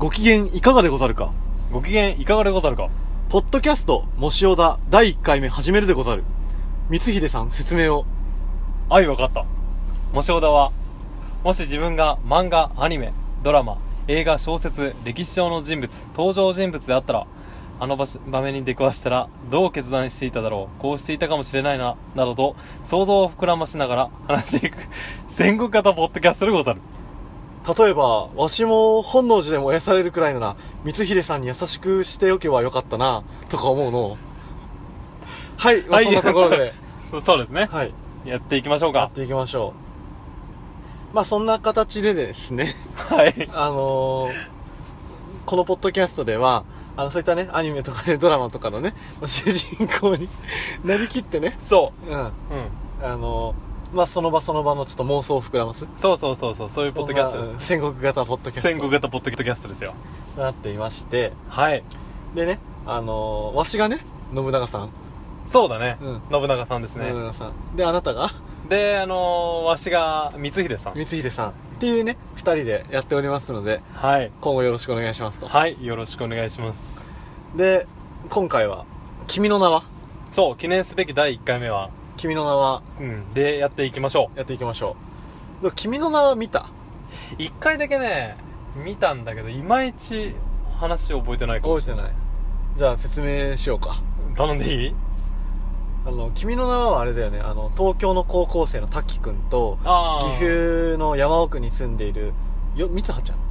ご機嫌いかがでござるか。 ご機嫌いかがでござるか。 ポッドキャストもしおだ第1回目始めるでござる。光秀さん説明を。 はい、わかった。もしおだは、もし自分が漫画、アニメ、ドラマ、映画、小説、歴史上の人物、登場人物であったら、あの場面に出くわしたらどう決断していただろう、こうしていたかもしれないな、などと想像を膨らましながら話していく戦国型ポッドキャストでござる。 例えばわしも本能寺で燃やされるくらいなら光秀さんに優しくしておけばよかったなとか思うの。はい、まあ、そんなところでそうですね、 はい、 やっていきましょうか。 やっていきましょう。まあそんな形でですねはいこのポッドキャストではそういったねアニメとかねドラマとかのね主人公になりきってね、 そうまあその場その場のちょっと妄想を膨らます、 そういうポッドキャストです、 戦国型ポッドキャスト、 戦国型ポッドキャストですよ。 なっていまして、 はいでねわしがね信長さん、 そうだね、 信長さんですね。 信長さんで、あなたがでわしが光秀さんっていうね2人でやっておりますので、 はい、 今後よろしくお願いしますと。 はい、よろしくお願いします。 で、今回は君の名は、 そう、記念すべき第1回目は君の名は、 でやっていきましょう。で君の名は見た ？1回だけね見たんだけど、いまいち話覚えてないかもしれない。 じゃあ説明しようか。 頼んでいい？ 君の名はあれだよね、東京の高校生の滝くんと岐阜の山奥に住んでいる三葉ちゃん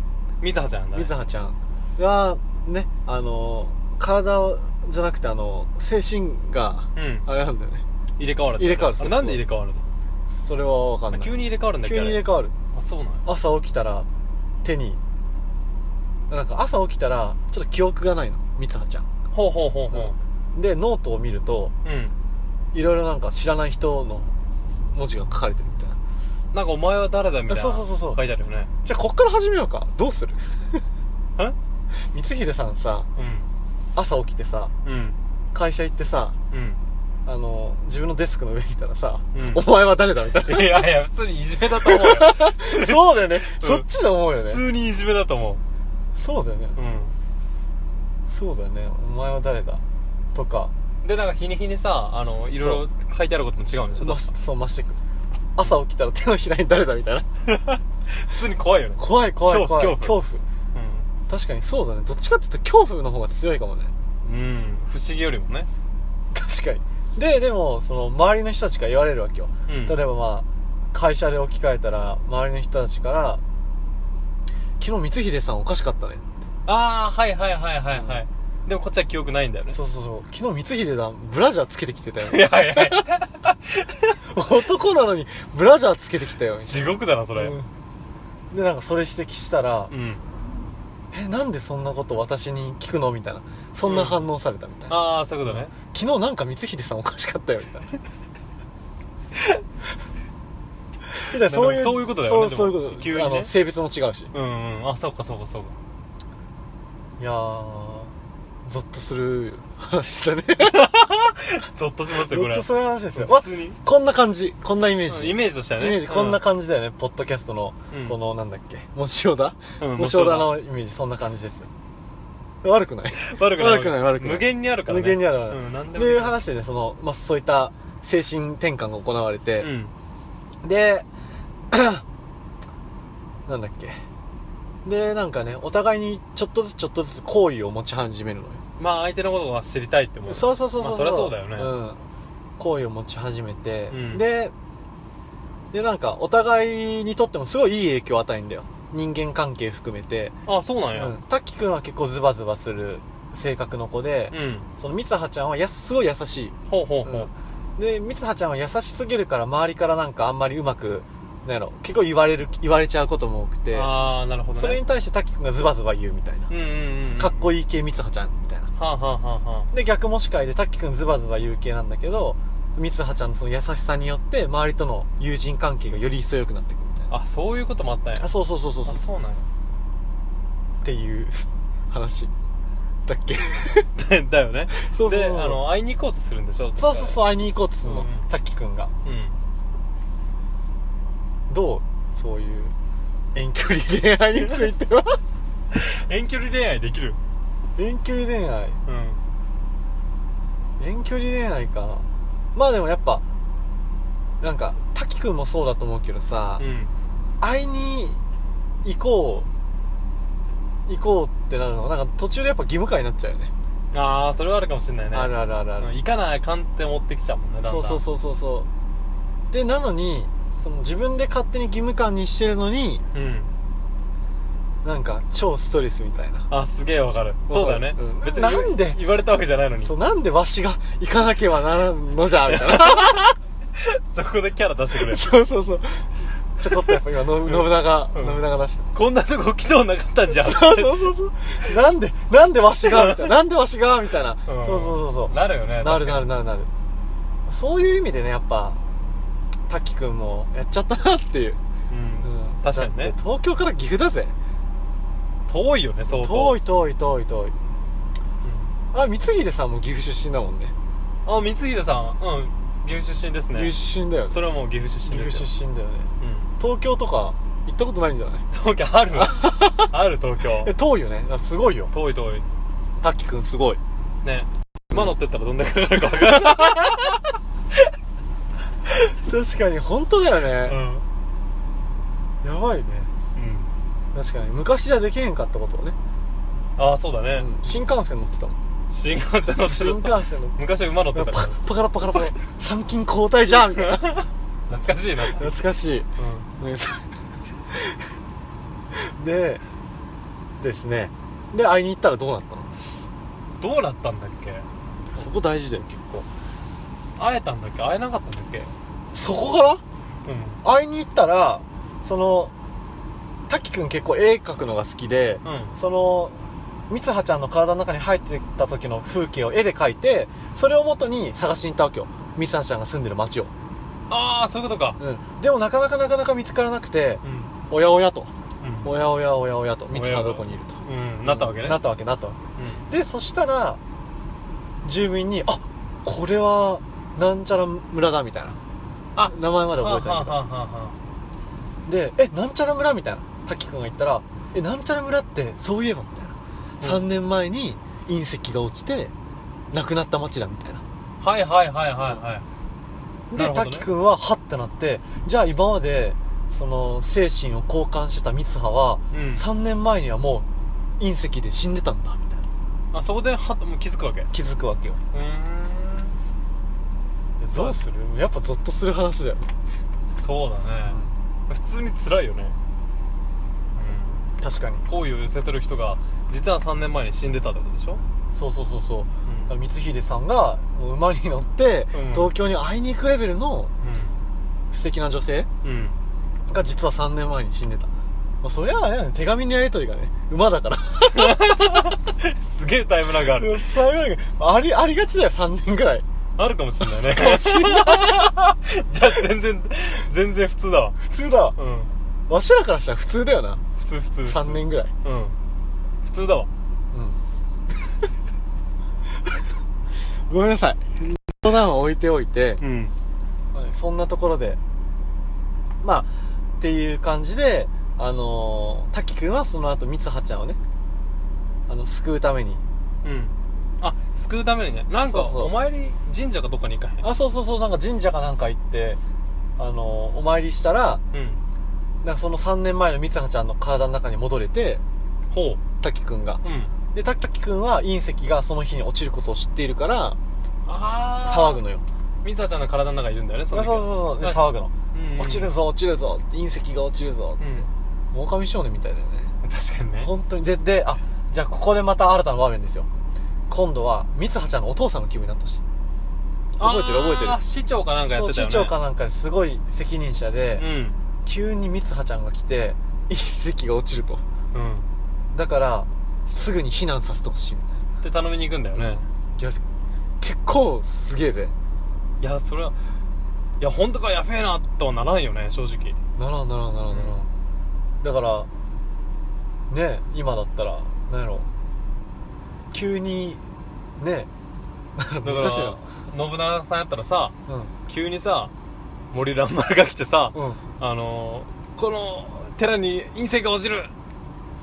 がね、体じゃなくて精神が、あれなんだよね、 入れ替わる。あれなんで入れ替わるの？ それは分かんない。 急に入れ替わるんだっけ？ 急に入れ替わる。 あ、そうなの？ 朝起きたら手になんか、朝起きたらちょっと記憶がないの、三葉ちゃん。 ほうでノートを見ると、いろいろなんか知らない人の文字が書かれてるみたいな。 なんかお前は誰だみたいな。 そう書いてあるよね。 じゃあこっから始めようか。どうする？光秀さんさ、朝起きてさ、会社行ってさ、自分のデスクの上にいたらさ、お前は誰だみたいな。 いや普通にいじめだと思うよ。 そうだよね、そっちで思うよね。 普通にいじめだと思う。 そうだよね、そうだよね、お前は誰だとかで、なんか日に日にさ、いろいろ書いてあることも違うんでしょ。 そう、増してくる。朝起きたら手のひらに誰だみたいな。 普通に怖いよね。 怖い恐怖。確かにそうだね。どっちかっていうと恐怖の方が強いかもね。 不思議よりもね。 確かに。でもその周りの人たちから言われるわけよ、例えばまあ会社で置き換えたら、周りの人たちから昨日光秀さんおかしかったねって。 はい、でもこっちは記憶ないんだよね。 そう昨日光秀だ、ブラジャーつけてきてたよ。 いや男なのにブラジャーつけてきたよ。 地獄だなそれ、 でなんかそれ指摘したら、なんでそんなこと私に聞くのみたいな、そんな反応されたみたいな。 そういうことね。 昨日なんか光秀さんおかしかったよみたいな。みたいな、そういうことだよね。そういうこと。急にね、性別も違うし。 そうか。 いやー、ゾッとする話だね。 ゾッとしますよこれ。 ゾッとする話ですよ。 普通にこんな感じ、こんなイメージ。 イメージとしてはね。 こんな感じだよね。ポッドキャストのこのなんだっけ、もしおだのイメージ、そんな感じです。悪くない。 無限にあるからね。 無限にある。っていう話でね、そういった精神転換が行われて、でなんだっけ。でなんかね、お互いにちょっとずつ好意を持ち始めるのよ。 まあ相手のことが知りたいって思う。そうそりゃそうだよね。 好意を持ち始めて、でなんかお互いにとってもすごいいい影響を与えるんだよ、人間関係含めて。 そうなんや。 滝くんは結構ズバズバする性格の子で、その三葉ちゃんはすごい優しい。で三葉ちゃんは優しすぎるから、周りからなんかあんまりうまく結構言われちゃうことも多くて、 なるほどね。 それに対して滝くんがズバズバ言うみたいな、かっこいい系三葉ちゃんみたいな。で逆もしかりで、滝くんズバズバ言う系なんだけど、三葉ちゃんのその優しさによって周りとの友人関係がより一層良くなっていくみたいな。 そういうこともあったんや。 そうそうなんやっていう話だっけ。 だよね。 で会いに行こうとするんでしょ。 そう会いに行こうとするの、滝くんが。どう、そういう遠距離恋愛については。 遠距離恋愛できる？ 遠距離恋愛、遠距離恋愛か。まあでもやっぱなんか滝くんもそうだと思うけどさ、会いに行こうってなるのがなんか途中でやっぱ義務感になっちゃうよね。 ああ、それはあるかもしれないね。 あるあるあるある、 行かないかんって思ってきちゃうもんね、だんだん。 そうで、なのにその自分で勝手に義務感にしてるのに、なんか超ストレスみたいな。 あ、すげえわかる。そうだよね、別になんで言われたわけじゃないのに。 そう、なんでわしが行かなければならんのじゃみたいなそこでキャラ出してくれる。 そうちょこっとやっぱ今信長出した。 こんなとこ来そうなかったじゃん。 そうなんでわしがみたいな。なんでわしがみたいな。そうなるよね。 なる。そういう意味でね、やっぱ滝くんもやっちゃったなっていう。 確かにね。 東京から岐阜だぜ。 遠いよね、相当。 遠い。あ、光秀さんも岐阜出身だもんね。 あ、光秀さん、岐阜出身ですね。 岐阜出身だよね。 それはもう岐阜出身ですよ。 岐阜出身だよね。東京とか行ったことないんじゃない？ 東京あるある東京。 遠いよね。すごいよ。 遠い。 滝くんすごいね。今乗ってったらどんだけかかるか分からない。 確かに本当だよね。やばいね。確かに昔じゃできへんかったことをね。 ああ、そうだね。 新幹線乗ってたもん。 新幹線乗ってた。昔は馬乗ってたから。 パカラ参勤交代じゃんみたいな。 懐かしいな。 懐かしい。でですね。で会いに行ったらどうなったの？ どうなったんだっけ？ そこ大事だよ結構。 会えたんだっけ？会えなかったんだっけ？ そこから？会いに行ったらその滝くん結構絵描くのが好きで、その三葉ちゃんの体の中に入ってた時の風景を絵で描いて、それを元に探しに行ったわけよ、三葉ちゃんが住んでる街を。 ああ、そういうことか。 でもなかなか見つからなくて、おやおやと、三葉どこにいると、 なったわけね。 なったわけ。でそしたら住民にこれはなんちゃら村だみたいな、名前まで覚えてないけど、でなんちゃら村みたいな滝くんが言ったら、なんちゃら村ってそういえばみたいな、3年前に隕石が落ちて亡くなった町だみたいな。で、滝くんはハッてなって、じゃあ今までその精神を交換してた三葉は、3年前にはもう隕石で死んでたんだみたいな。 そこでハッともう気づくわけよ。どうする？やっぱゾッとする話だよね。 そうだね、普通に辛いよね。 確かに好意を寄せてる人が実は3年前に死んでたってことでしょ。 そう、光秀さんが馬に乗って、東京に会いに行くレベルの素敵な女性が実は3年前に死んでた。そりゃあれだね、手紙のやり取りがね、馬だからすげえタイムラグある。 ありがちだよ、3年ぐらいあるかもしんないね。じゃあ全然普通だわ。 普通だわ。わしらからしたら普通だよな。 普通 3年ぐらい。 普通だわ。 ごめんなさい。冗談を置いておいて、そんなところでっていう感じで、滝くんはその後三葉ちゃんをね、救うために、 救うためにね、なんかお参り神社かどっかに行かへん？ そう、なんか神社かなんか行って、お参りしたら、なんかその3年前の三葉ちゃんの体の中に戻れて、滝くんが、で滝くんは隕石がその日に落ちることを知っているから騒ぐのよ。 三葉ちゃんの体の中にいるんだよね、 そうで騒ぐの、落ちるぞって隕石が落ちるぞって、狼少年みたいだよね。 確かにね、 本当に。でじゃあここでまた新たな場面ですよ。今度は三葉ちゃんのお父さんの気分になったし、覚えてる市長かなんかやってたよね。 市長かなんかですごい責任者で、急に三葉ちゃんが来て隕石が落ちると、だからすぐに避難させてほしいみたいなって頼みに行くんだよね。 いや結構すげえで。 いやそれは、いや本当かやべえなとはならんよね、正直。 ならん。だからね、今だったらなんやろ、急にね、難しいな。 信長さんやったらさ、急にさ森蘭丸が来てさ、この寺に隕石が落ちるって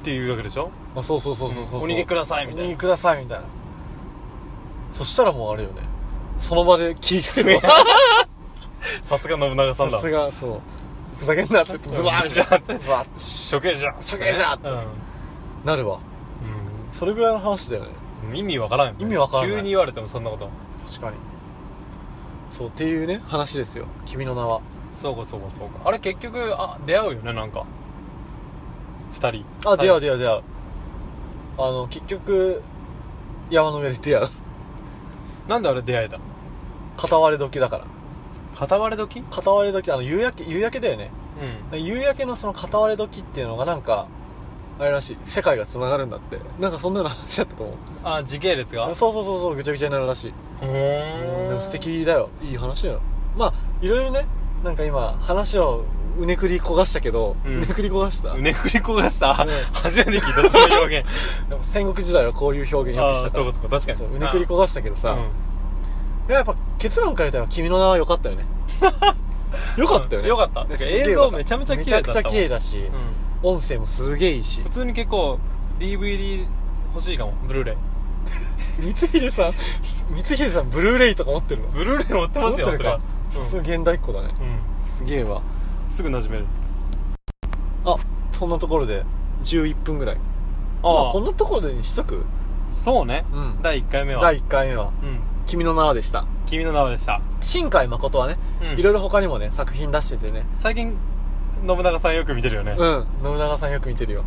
っていうわけでしょ。 あ、そうそうそうそうそう、 お逃げくださいみたいな、 お逃げくださいみたいな。そしたらもうあれよね、その場で切り捨てるわさすが信長さんだ。 さすが、そう、ふざけんなってズバーンじゃってズバーン処刑じゃ処刑じゃってなるわ。それぐらいの話だよね。 意味わからんよね。 意味わからない。 急に言われてもそんなこと。 確かに。そうっていうね話ですよ、君の名は。 そうかそうかそうか。あれ結局出会うよね、なんか二人。 出会う。結局山の上で出会う。 なんであれ出会えた？ 片割れ時だから。 片割れ時？ 片割れ時、夕焼けだよね。夕焼けのその片割れ時っていうのがなんかあれらしい、世界がつながるんだって。なんかそんなの話だったと思う。 時系列が。 そうぐちゃぐちゃになるらしい。でも素敵だよ、いい話だよ。まあいろいろね、なんか今話をうねくり焦がしたけど、うねくり焦がした、初めて聞いたその表現でも戦国時代はこういう表現よくしたから。 そう確かに。 うねくり焦がしたけどさ、やっぱ結論から言ったら君の名は良かったよね良かったよね。 良かった。映像めちゃめちゃ綺麗だった。 めちゃくちゃ綺麗だし、音声もすげえいいし、 普通に結構 DVD 欲しいかも。ブルーレイ光秀さんブルーレイとか持ってるの？ ブルーレイ持ってますよ。 持ってるか。さすが現代っ子だね。すげえわ。 すぐ馴染める。 そんなところで11分ぐらい。まあこんなところでにしとく？ そうね。第1回目は君の名はでした。君の名はでした。 新海誠はね、いろいろ他にもね作品出しててね。 最近信長さんよく見てるよね。 信長さんよく見てるよ。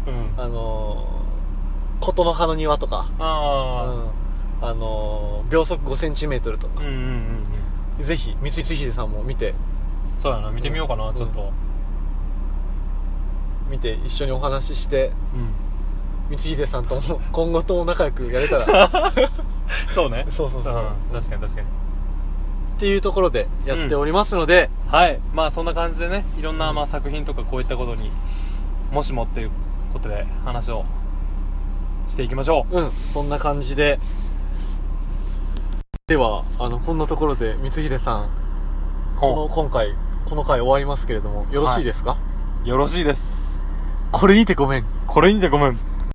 琴の葉の庭とか、秒速 5cm とか、ぜひ光秀さんも見て。 そうやな、見てみようかな。ちょっと見て一緒にお話しして、光秀さんとも今後とも仲良くやれたらそうね。 そう確かにっていうところでやっておりますので、 はい。まあそんな感じでね、いろんな作品とかこういったことにもしもっていうことで話をしていきましょう。 そんな感じで。ではこんなところで光秀さん、この回終わりますけれどもよろしいですか？ よろしいです。 これにてごめん。